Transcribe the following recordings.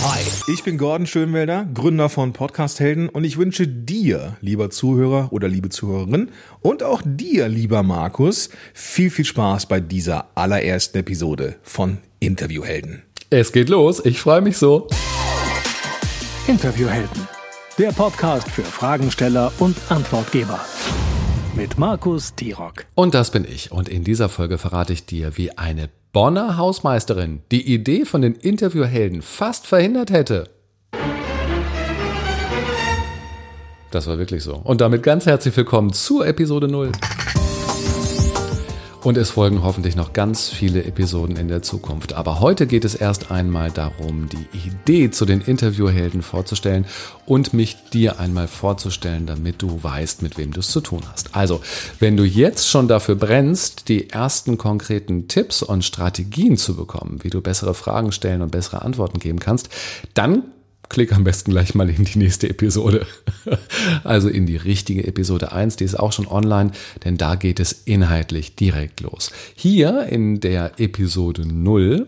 Hi, ich bin Gordon Schönwelder, Gründer von Podcast Helden und ich wünsche dir, lieber Zuhörer oder liebe Zuhörerin und auch dir, lieber Markus, viel Spaß bei dieser allerersten Episode von Interviewhelden. Es geht los, ich freue mich so. Interviewhelden, der Podcast für Fragensteller und Antwortgeber. Mit Markus Tirock. Und das bin ich. Und in dieser Folge verrate ich dir, wie eine Bonner Hausmeisterin die Idee von den Interviewhelden fast verhindert hätte. Das war wirklich so. Und damit ganz herzlich willkommen zur Episode 0. Und es folgen hoffentlich noch ganz viele Episoden in der Zukunft. Aber heute geht es erst einmal darum, die Idee zu den Interviewhelden vorzustellen und mich dir einmal vorzustellen, damit du weißt, mit wem du es zu tun hast. Also, wenn du jetzt schon dafür brennst, die ersten konkreten Tipps und Strategien zu bekommen, wie du bessere Fragen stellen und bessere Antworten geben kannst, dann klick am besten gleich mal in die nächste Episode. Also in die richtige Episode 1, die ist auch schon online, denn da geht es inhaltlich direkt los. Hier in der Episode 0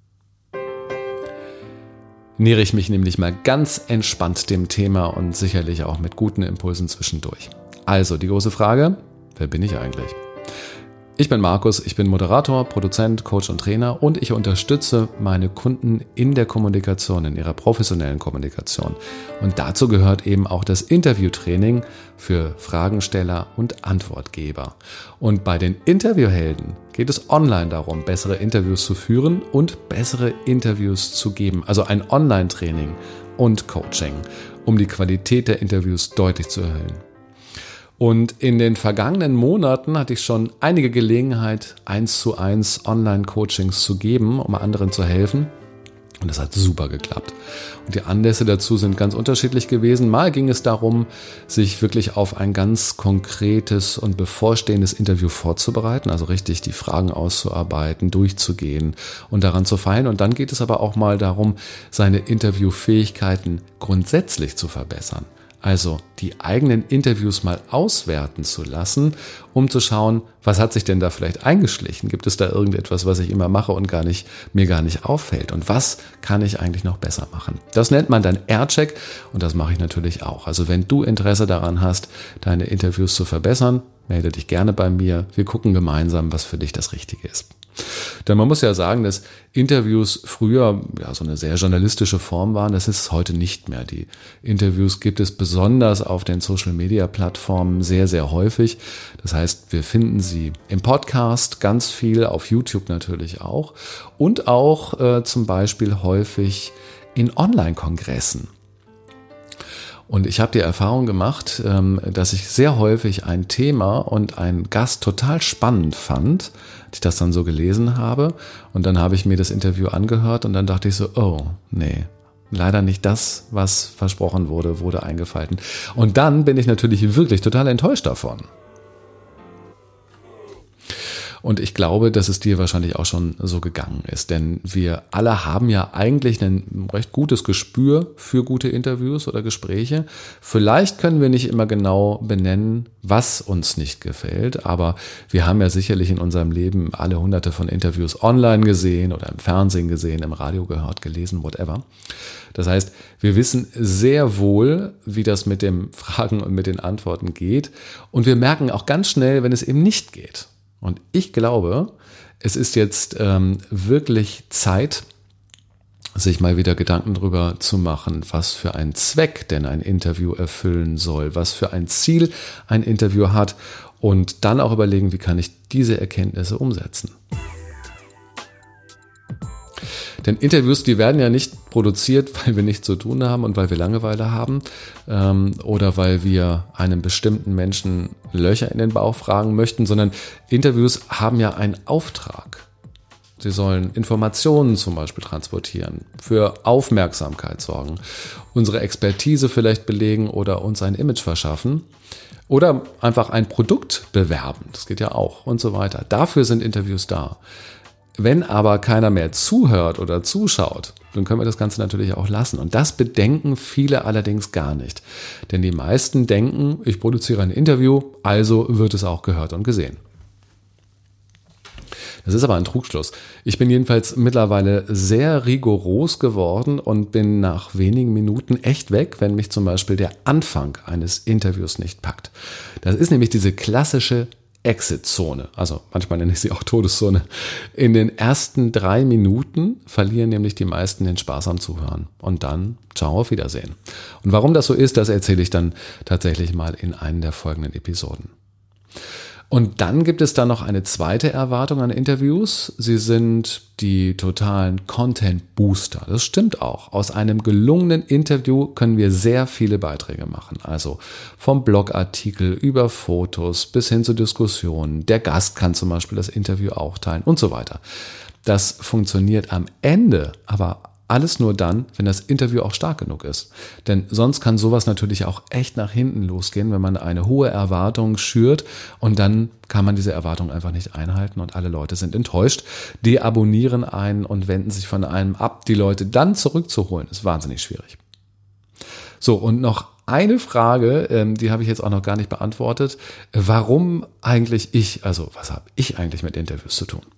nähere ich mich nämlich mal ganz entspannt dem Thema und sicherlich auch mit guten Impulsen zwischendurch. Also die große Frage, wer bin ich eigentlich? Ich bin Markus, ich bin Moderator, Produzent, Coach und Trainer und ich unterstütze meine Kunden in der Kommunikation, in ihrer professionellen Kommunikation. Und dazu gehört eben auch das Interviewtraining für Fragensteller und Antwortgeber. Und bei den Interviewhelden geht es online darum, bessere Interviews zu führen und bessere Interviews zu geben. Also ein Online-Training und Coaching, um die Qualität der Interviews deutlich zu erhöhen. Und in den vergangenen Monaten hatte ich schon einige Gelegenheit, 1:1 Online-Coachings zu geben, um anderen zu helfen. Und das hat super geklappt. Und die Anlässe dazu sind ganz unterschiedlich gewesen. Mal ging es darum, sich wirklich auf ein ganz konkretes und bevorstehendes Interview vorzubereiten, also richtig die Fragen auszuarbeiten, durchzugehen und daran zu feilen. Und dann geht es aber auch mal darum, seine Interviewfähigkeiten grundsätzlich zu verbessern. Also die eigenen Interviews mal auswerten zu lassen, um zu schauen, was hat sich denn da vielleicht eingeschlichen? Gibt es da irgendetwas, was ich immer mache und mir gar nicht auffällt? Und was kann ich eigentlich noch besser machen? Das nennt man dann Aircheck und das mache ich natürlich auch. Also wenn du Interesse daran hast, deine Interviews zu verbessern, melde dich gerne bei mir. Wir gucken gemeinsam, was für dich das Richtige ist. Denn man muss ja sagen, dass Interviews früher so eine sehr journalistische Form waren. Das ist es heute nicht mehr. Die Interviews gibt es besonders auf den Social-Media-Plattformen sehr, sehr häufig. Das heißt, wir finden sie im Podcast ganz viel, auf YouTube natürlich auch und auch zum Beispiel häufig in Online-Kongressen. Und ich habe die Erfahrung gemacht, dass ich sehr häufig ein Thema und einen Gast total spannend fand, als ich das dann so gelesen habe. Und dann habe ich mir das Interview angehört und dann dachte ich so, oh, nee, leider nicht das, was versprochen wurde eingefallen. Und dann bin ich natürlich wirklich total enttäuscht davon. Und ich glaube, dass es dir wahrscheinlich auch schon so gegangen ist, denn wir alle haben ja eigentlich ein recht gutes Gespür für gute Interviews oder Gespräche. Vielleicht können wir nicht immer genau benennen, was uns nicht gefällt, aber wir haben ja sicherlich in unserem Leben alle hunderte von Interviews online gesehen oder im Fernsehen gesehen, im Radio gehört, gelesen, whatever. Das heißt, wir wissen sehr wohl, wie das mit den Fragen und mit den Antworten geht und wir merken auch ganz schnell, wenn es eben nicht geht. Und ich glaube, es ist jetzt wirklich Zeit, sich mal wieder Gedanken darüber zu machen, was für einen Zweck denn ein Interview erfüllen soll, was für ein Ziel ein Interview hat und dann auch überlegen, wie kann ich diese Erkenntnisse umsetzen. Denn Interviews, die werden ja nicht produziert, weil wir nichts zu tun haben und weil wir Langeweile haben oder weil wir einem bestimmten Menschen Löcher in den Bauch fragen möchten, sondern Interviews haben ja einen Auftrag. Sie sollen Informationen zum Beispiel transportieren, für Aufmerksamkeit sorgen, unsere Expertise vielleicht belegen oder uns ein Image verschaffen oder einfach ein Produkt bewerben. Das geht ja auch und so weiter. Dafür sind Interviews da. Wenn aber keiner mehr zuhört oder zuschaut, dann können wir das Ganze natürlich auch lassen. Und das bedenken viele allerdings gar nicht. Denn die meisten denken, ich produziere ein Interview, also wird es auch gehört und gesehen. Das ist aber ein Trugschluss. Ich bin jedenfalls mittlerweile sehr rigoros geworden und bin nach wenigen Minuten echt weg, wenn mich zum Beispiel der Anfang eines Interviews nicht packt. Das ist nämlich diese klassische Exit-Zone, also manchmal nenne ich sie auch Todeszone. In den ersten 3 Minuten verlieren nämlich die meisten den Spaß am Zuhören. Und dann, ciao, auf Wiedersehen. Und warum das so ist, das erzähle ich dann tatsächlich mal in einer der folgenden Episoden. Und dann gibt es da noch eine zweite Erwartung an Interviews. Sie sind die totalen Content-Booster. Das stimmt auch. Aus einem gelungenen Interview können wir sehr viele Beiträge machen. Also vom Blogartikel über Fotos bis hin zu Diskussionen. Der Gast kann zum Beispiel das Interview auch teilen und so weiter. Das funktioniert am Ende aber alles nur dann, wenn das Interview auch stark genug ist. Denn sonst kann sowas natürlich auch echt nach hinten losgehen, wenn man eine hohe Erwartung schürt und dann kann man diese Erwartung einfach nicht einhalten und alle Leute sind enttäuscht, deabonnieren einen und wenden sich von einem ab. Die Leute dann zurückzuholen, ist wahnsinnig schwierig. So, und noch eine Frage, die habe ich jetzt auch noch gar nicht beantwortet. Warum eigentlich ich? Also, was habe ich eigentlich mit Interviews zu tun?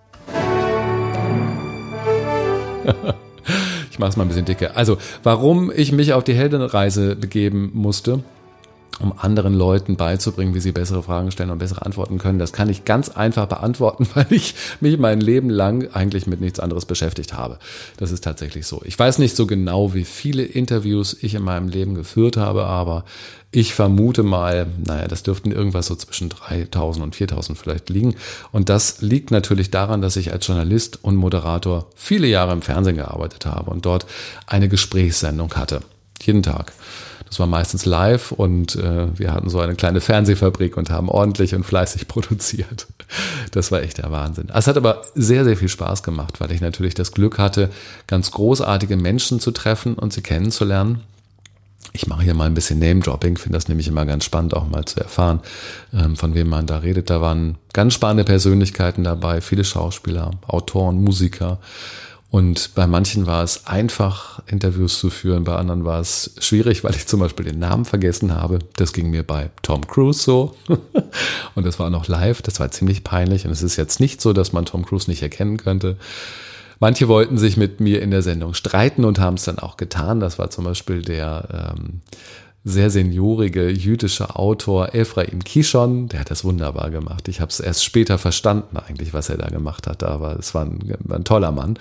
Ich mache es mal ein bisschen dicker. Also, warum ich mich auf die Heldenreise begeben musste, um anderen Leuten beizubringen, wie sie bessere Fragen stellen und bessere Antworten können, das kann ich ganz einfach beantworten, weil ich mich mein Leben lang eigentlich mit nichts anderes beschäftigt habe. Das ist tatsächlich so. Ich weiß nicht so genau, wie viele Interviews ich in meinem Leben geführt habe, aber ich vermute mal, das dürften irgendwas so zwischen 3.000 und 4.000 vielleicht liegen. Und das liegt natürlich daran, dass ich als Journalist und Moderator viele Jahre im Fernsehen gearbeitet habe und dort eine Gesprächssendung hatte. Jeden Tag. Das war meistens live und wir hatten so eine kleine Fernsehfabrik und haben ordentlich und fleißig produziert. Das war echt der Wahnsinn. Es hat aber sehr, sehr viel Spaß gemacht, weil ich natürlich das Glück hatte, ganz großartige Menschen zu treffen und sie kennenzulernen. Ich mache hier mal ein bisschen Name-Dropping, finde das nämlich immer ganz spannend, auch mal zu erfahren, von wem man da redet. Da waren ganz spannende Persönlichkeiten dabei, viele Schauspieler, Autoren, Musiker. Und bei manchen war es einfach, Interviews zu führen, bei anderen war es schwierig, weil ich zum Beispiel den Namen vergessen habe. Das ging mir bei Tom Cruise so. Und das war noch live, das war ziemlich peinlich. Und es ist jetzt nicht so, dass man Tom Cruise nicht erkennen könnte. Manche wollten sich mit mir in der Sendung streiten und haben es dann auch getan. Das war zum Beispiel der sehr seniorige jüdische Autor Ephraim Kishon, der hat das wunderbar gemacht. Ich habe es erst später verstanden eigentlich, was er da gemacht hat, aber es war ein toller Mann.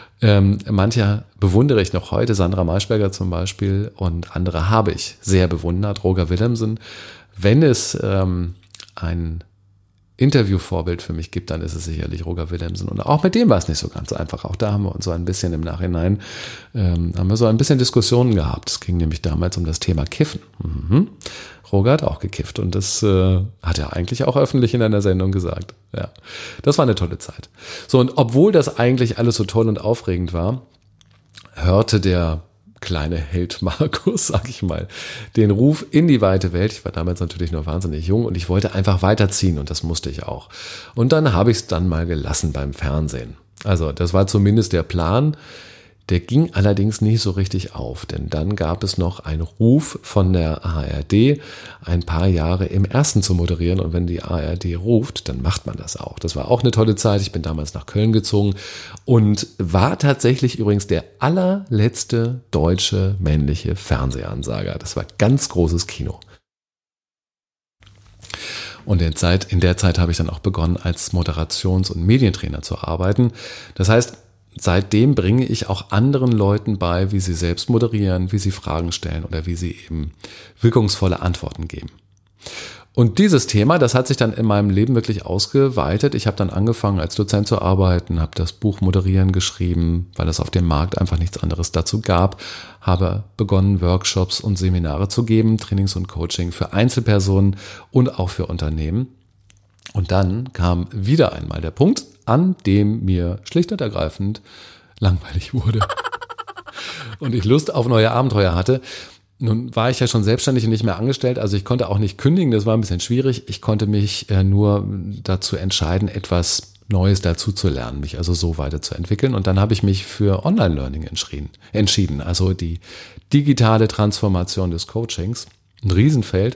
Manche bewundere ich noch heute, Sandra Maischberger zum Beispiel, und andere habe ich sehr bewundert, Roger Willemsen. Wenn es ein Interviewvorbild für mich gibt, dann ist es sicherlich Roger Willemsen. Und auch mit dem war es nicht so ganz einfach. Auch da haben wir uns so ein bisschen im Nachhinein, haben wir so ein bisschen Diskussionen gehabt. Es ging nämlich damals um das Thema Kiffen. Roger hat auch gekifft und das hat er eigentlich auch öffentlich in einer Sendung gesagt. Ja, das war eine tolle Zeit. So, und obwohl das eigentlich alles so toll und aufregend war, hörte der kleine Held Markus, sag ich mal, den Ruf in die weite Welt. Ich war damals natürlich noch wahnsinnig jung und ich wollte einfach weiterziehen und das musste ich auch. Und dann habe ich es dann mal gelassen beim Fernsehen. Also das war zumindest der Plan. Der ging allerdings nicht so richtig auf, denn dann gab es noch einen Ruf von der ARD, ein paar Jahre im Ersten zu moderieren. Und wenn die ARD ruft, dann macht man das auch. Das war auch eine tolle Zeit. Ich bin damals nach Köln gezogen und war tatsächlich übrigens der allerletzte deutsche männliche Fernsehansager. Das war ganz großes Kino. Und in der Zeit habe ich dann auch begonnen, als Moderations- und Medientrainer zu arbeiten. Das heißt, seitdem bringe ich auch anderen Leuten bei, wie sie selbst moderieren, wie sie Fragen stellen oder wie sie eben wirkungsvolle Antworten geben. Und dieses Thema, das hat sich dann in meinem Leben wirklich ausgeweitet. Ich habe dann angefangen, als Dozent zu arbeiten, habe das Buch Moderieren geschrieben, weil es auf dem Markt einfach nichts anderes dazu gab, habe begonnen, Workshops und Seminare zu geben, Trainings und Coaching für Einzelpersonen und auch für Unternehmen. Und dann kam wieder einmal der Punkt, an dem mir schlicht und ergreifend langweilig wurde und ich Lust auf neue Abenteuer hatte. Nun war ich ja schon selbstständig und nicht mehr angestellt, also ich konnte auch nicht kündigen, das war ein bisschen schwierig. Ich konnte mich nur dazu entscheiden, etwas Neues dazu zu lernen, mich also so weiterzuentwickeln. Und dann habe ich mich für Online-Learning entschieden, also die digitale Transformation des Coachings. Ein Riesenfeld,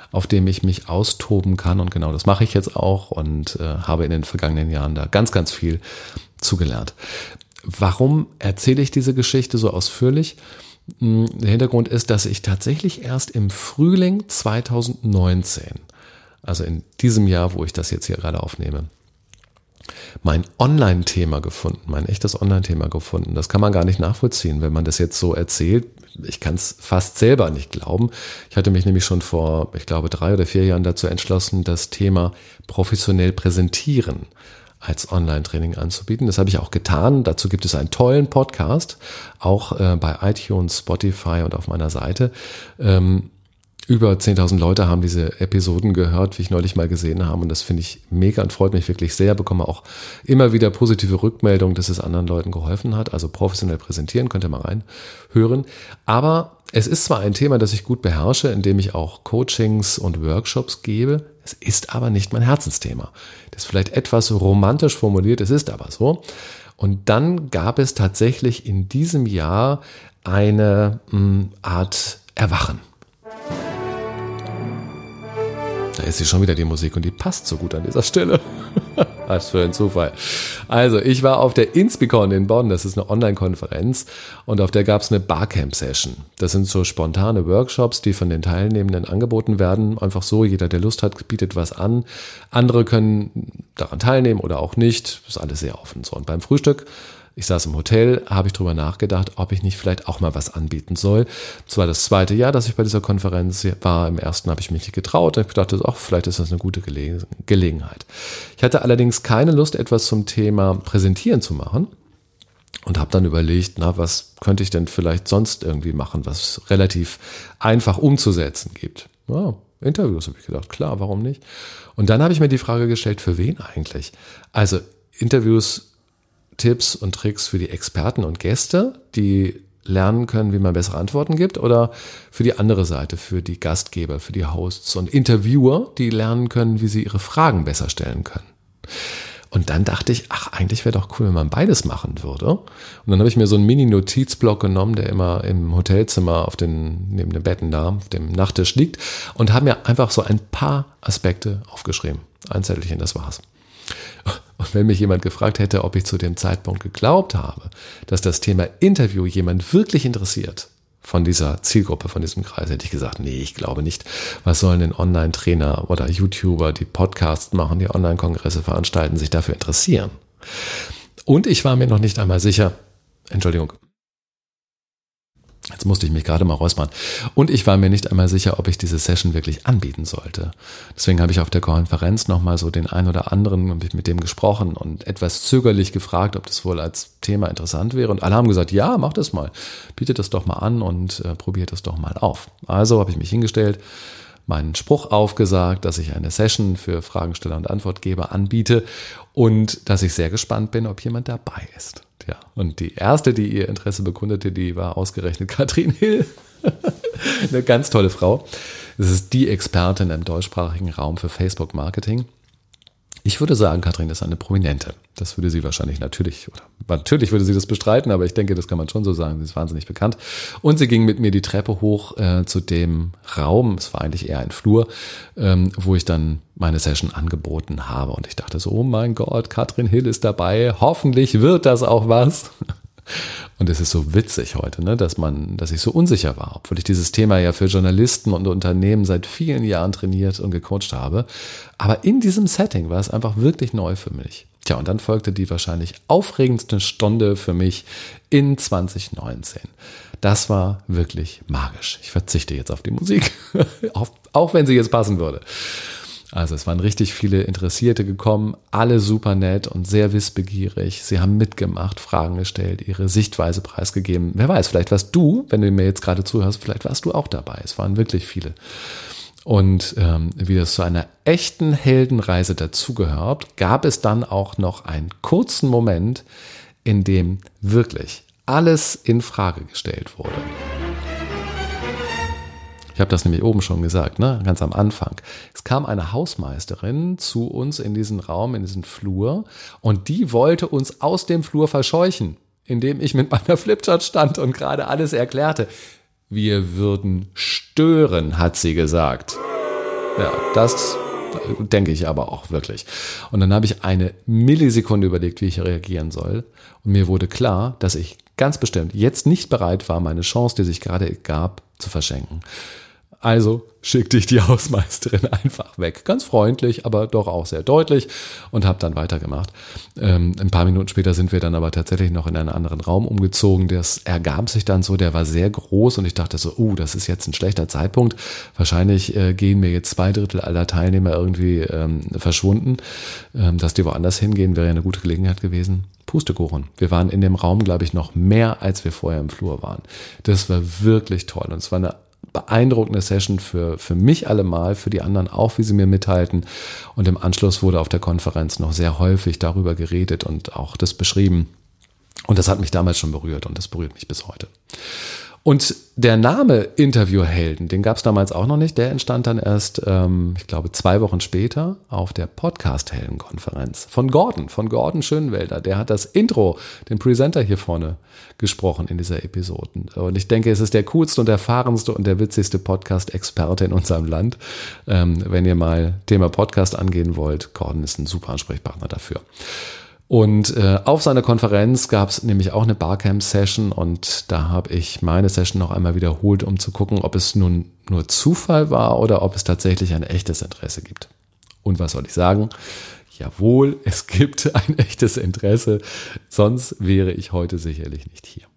auf dem ich mich austoben kann. Und genau das mache ich jetzt auch und habe in den vergangenen Jahren da ganz, ganz viel zugelernt. Warum erzähle ich diese Geschichte so ausführlich? Der Hintergrund ist, dass ich tatsächlich erst im Frühling 2019, also in diesem Jahr, wo ich das jetzt hier gerade aufnehme, mein Online-Thema gefunden, mein echtes Online-Thema gefunden. Das kann man gar nicht nachvollziehen, wenn man das jetzt so erzählt. Ich kann es fast selber nicht glauben. Ich hatte mich nämlich schon vor, ich glaube, 3 oder 4 Jahren dazu entschlossen, das Thema professionell präsentieren als Online-Training anzubieten. Das habe ich auch getan. Dazu gibt es einen tollen Podcast, auch bei iTunes, Spotify und auf meiner Seite. Über 10.000 Leute haben diese Episoden gehört, wie ich neulich mal gesehen habe. Und das finde ich mega und freut mich wirklich sehr. Bekomme auch immer wieder positive Rückmeldungen, dass es anderen Leuten geholfen hat. Also professionell präsentieren, könnt ihr mal reinhören. Aber es ist zwar ein Thema, das ich gut beherrsche, indem ich auch Coachings und Workshops gebe. Es ist aber nicht mein Herzensthema. Das ist vielleicht etwas romantisch formuliert, es ist aber so. Und dann gab es tatsächlich in diesem Jahr eine Art Erwachen. Da ist sie schon wieder, die Musik, und die passt so gut an dieser Stelle. Was für ein Zufall. Also, ich war auf der Inspicon in Bonn, das ist eine Online-Konferenz, und auf der gab es eine Barcamp-Session. Das sind so spontane Workshops, die von den Teilnehmenden angeboten werden. Einfach so, jeder, der Lust hat, bietet was an. Andere können daran teilnehmen oder auch nicht. Das ist alles sehr offen. So, und beim Frühstück, ich saß im Hotel, habe ich drüber nachgedacht, ob ich nicht vielleicht auch mal was anbieten soll. Das war das 2. Jahr, dass ich bei dieser Konferenz war. Im 1. habe ich mich nicht getraut. Ich dachte, vielleicht ist das eine gute Gelegenheit. Ich hatte allerdings keine Lust, etwas zum Thema Präsentieren zu machen und habe dann überlegt, was könnte ich denn vielleicht sonst irgendwie machen, was relativ einfach umzusetzen gibt. Ja, Interviews, habe ich gedacht, klar, warum nicht? Und dann habe ich mir die Frage gestellt, für wen eigentlich? Also Interviews, Tipps und Tricks für die Experten und Gäste, die lernen können, wie man bessere Antworten gibt, oder für die andere Seite, für die Gastgeber, für die Hosts und Interviewer, die lernen können, wie sie ihre Fragen besser stellen können. Und dann dachte ich, eigentlich wäre doch cool, wenn man beides machen würde. Und dann habe ich mir so einen Mini-Notizblock genommen, der immer im Hotelzimmer neben den Betten da, auf dem Nachttisch liegt, und habe mir einfach so ein paar Aspekte aufgeschrieben. Ein Zettelchen, das war's. Und wenn mich jemand gefragt hätte, ob ich zu dem Zeitpunkt geglaubt habe, dass das Thema Interview jemand wirklich interessiert von dieser Zielgruppe, von diesem Kreis, hätte ich gesagt, nee, ich glaube nicht. Was sollen denn Online-Trainer oder YouTuber, die Podcasts machen, die Online-Kongresse veranstalten, sich dafür interessieren? Und ich war mir noch nicht einmal sicher, jetzt musste ich mich gerade mal räuspern. Und ich war mir nicht einmal sicher, ob ich diese Session wirklich anbieten sollte. Deswegen habe ich auf der Konferenz nochmal so den einen oder anderen mit dem gesprochen und etwas zögerlich gefragt, ob das wohl als Thema interessant wäre. Und alle haben gesagt, ja, mach das mal. Bietet das doch mal an und probiert das doch mal auf. Also habe ich mich hingestellt, meinen Spruch aufgesagt, dass ich eine Session für Fragensteller und Antwortgeber anbiete und dass ich sehr gespannt bin, ob jemand dabei ist. Ja, und die erste, die ihr Interesse bekundete, die war ausgerechnet Katrin Hill. Eine ganz tolle Frau. Das ist die Expertin im deutschsprachigen Raum für Facebook-Marketing. Ich würde sagen, Katrin ist eine Prominente. Das würde sie wahrscheinlich natürlich würde sie das bestreiten, aber ich denke, das kann man schon so sagen. Sie ist wahnsinnig bekannt. Und sie ging mit mir die Treppe hoch zu dem Raum, es war eigentlich eher ein Flur, wo ich dann meine Session angeboten habe. Und ich dachte so, oh mein Gott, Katrin Hill ist dabei. Hoffentlich wird das auch was. Und es ist so witzig heute, dass ich so unsicher war, obwohl ich dieses Thema ja für Journalisten und Unternehmen seit vielen Jahren trainiert und gecoacht habe. Aber in diesem Setting war es einfach wirklich neu für mich. Tja, und dann folgte die wahrscheinlich aufregendste Stunde für mich in 2019. Das war wirklich magisch. Ich verzichte jetzt auf die Musik, auch wenn sie jetzt passen würde. Also es waren richtig viele Interessierte gekommen, alle super nett und sehr wissbegierig. Sie haben mitgemacht, Fragen gestellt, ihre Sichtweise preisgegeben. Wer weiß, vielleicht warst du, wenn du mir jetzt gerade zuhörst, vielleicht warst du auch dabei. Es waren wirklich viele. Und wie das zu einer echten Heldenreise dazugehört, gab es dann auch noch einen kurzen Moment, in dem wirklich alles in Frage gestellt wurde. Ich habe das nämlich oben schon gesagt, ganz am Anfang. Es kam eine Hausmeisterin zu uns in diesen Raum, in diesen Flur, und die wollte uns aus dem Flur verscheuchen, indem ich mit meiner Flipchart stand und gerade alles erklärte. Wir würden stören, hat sie gesagt. Ja, das denke ich aber auch wirklich. Und dann habe ich eine Millisekunde überlegt, wie ich reagieren soll. Und mir wurde klar, dass ich ganz bestimmt jetzt nicht bereit war, meine Chance, die sich gerade gab, zu verschenken. Also schickte ich die Hausmeisterin einfach weg. Ganz freundlich, aber doch auch sehr deutlich und habe dann weitergemacht. Ein paar Minuten später sind wir dann aber tatsächlich noch in einen anderen Raum umgezogen. Das ergab sich dann so, der war sehr groß und ich dachte so, das ist jetzt ein schlechter Zeitpunkt. Wahrscheinlich gehen mir jetzt 2/3 aller Teilnehmer irgendwie verschwunden. Dass die woanders hingehen, wäre ja eine gute Gelegenheit gewesen. Pustekuchen. Wir waren in dem Raum, glaube ich, noch mehr, als wir vorher im Flur waren. Das war wirklich toll und es war eine beeindruckende Session für mich allemal, für die anderen auch, wie sie mir mithalten. Und im Anschluss wurde auf der Konferenz noch sehr häufig darüber geredet und auch das beschrieben. Und das hat mich damals schon berührt und das berührt mich bis heute. Und der Name Interviewhelden, den gab es damals auch noch nicht. Der entstand dann erst, ich glaube, 2 Wochen später auf der Podcast-Helden-Konferenz von Gordon Schönwelder. Der hat das Intro, den Presenter hier vorne gesprochen in dieser Episode. Und ich denke, es ist der coolste und erfahrenste und der witzigste Podcast-Experte in unserem Land. Wenn ihr mal Thema Podcast angehen wollt, Gordon ist ein super Ansprechpartner dafür. Und auf seiner Konferenz gab es nämlich auch eine Barcamp-Session und da habe ich meine Session noch einmal wiederholt, um zu gucken, ob es nun nur Zufall war oder ob es tatsächlich ein echtes Interesse gibt. Und was soll ich sagen? Jawohl, es gibt ein echtes Interesse, sonst wäre ich heute sicherlich nicht hier.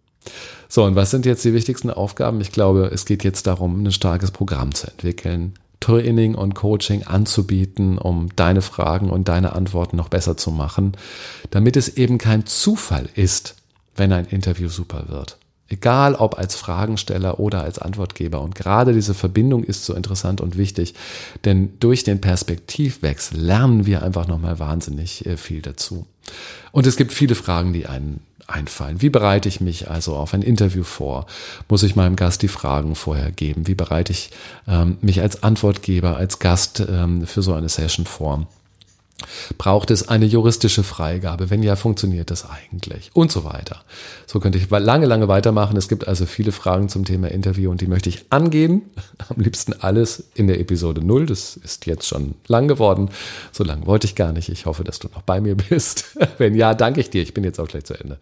So, und was sind jetzt die wichtigsten Aufgaben? Ich glaube, es geht jetzt darum, ein starkes Programm zu entwickeln, Training und Coaching anzubieten, um deine Fragen und deine Antworten noch besser zu machen, damit es eben kein Zufall ist, wenn ein Interview super wird. Egal ob als Fragensteller oder als Antwortgeber. Und gerade diese Verbindung ist so interessant und wichtig, denn durch den Perspektivwechsel lernen wir einfach nochmal wahnsinnig viel dazu. Und es gibt viele Fragen, die einen einfallen. Wie bereite ich mich also auf ein Interview vor? Muss ich meinem Gast die Fragen vorher geben? Wie bereite ich mich als Antwortgeber, als Gast für so eine Session vor? Braucht es eine juristische Freigabe? Wenn ja, funktioniert das eigentlich? Und so weiter. So könnte ich lange weitermachen. Es gibt also viele Fragen zum Thema Interview und die möchte ich angehen. Am liebsten alles in der Episode 0. Das ist jetzt schon lang geworden. So lange wollte ich gar nicht. Ich hoffe, dass du noch bei mir bist. Wenn ja, danke ich dir. Ich bin jetzt auch gleich zu Ende.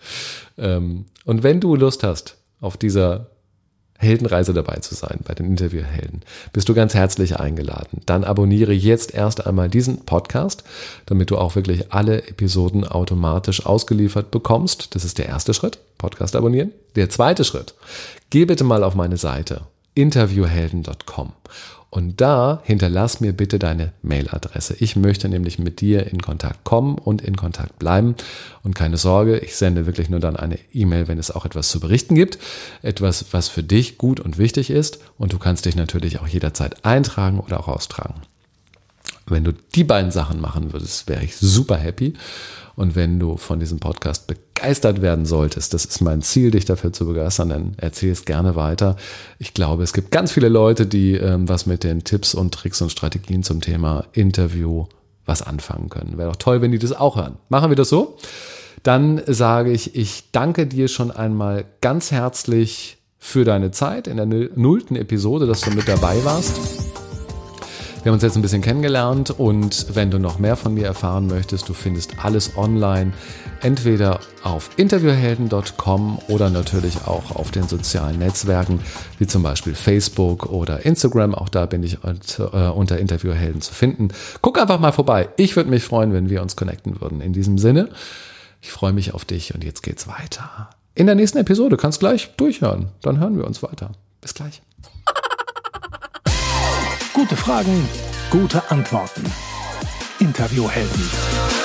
Und wenn du Lust hast, auf dieser Heldenreise dabei zu sein, bei den Interviewhelden, bist du ganz herzlich eingeladen. Dann abonniere jetzt erst einmal diesen Podcast, damit du auch wirklich alle Episoden automatisch ausgeliefert bekommst. Das ist der erste Schritt, Podcast abonnieren. Der zweite Schritt, geh bitte mal auf meine Seite interviewhelden.com und da hinterlass mir bitte deine Mailadresse. Ich möchte nämlich mit dir in Kontakt kommen und in Kontakt bleiben. Und keine Sorge, ich sende wirklich nur dann eine E-Mail, wenn es auch etwas zu berichten gibt. Etwas, was für dich gut und wichtig ist. Und du kannst dich natürlich auch jederzeit eintragen oder auch austragen. Wenn du die beiden Sachen machen würdest, wäre ich super happy. Und wenn du von diesem Podcast begeistert werden solltest, das ist mein Ziel, dich dafür zu begeistern, dann erzähl es gerne weiter. Ich glaube, es gibt ganz viele Leute, die was mit den Tipps und Tricks und Strategien zum Thema Interview was anfangen können. Wäre doch toll, wenn die das auch hören. Machen wir das so? Dann sage ich danke dir schon einmal ganz herzlich für deine Zeit in der 0. Episode, dass du mit dabei warst. Wir haben uns jetzt ein bisschen kennengelernt und wenn du noch mehr von mir erfahren möchtest, du findest alles online, entweder auf interviewhelden.com oder natürlich auch auf den sozialen Netzwerken, wie zum Beispiel Facebook oder Instagram. Auch da bin ich unter Interviewhelden zu finden. Guck einfach mal vorbei. Ich würde mich freuen, wenn wir uns connecten würden. In diesem Sinne, ich freue mich auf dich und jetzt geht's weiter. In der nächsten Episode kannst du gleich durchhören. Dann hören wir uns weiter. Bis gleich. Gute Fragen, gute Antworten. Interviewhelden.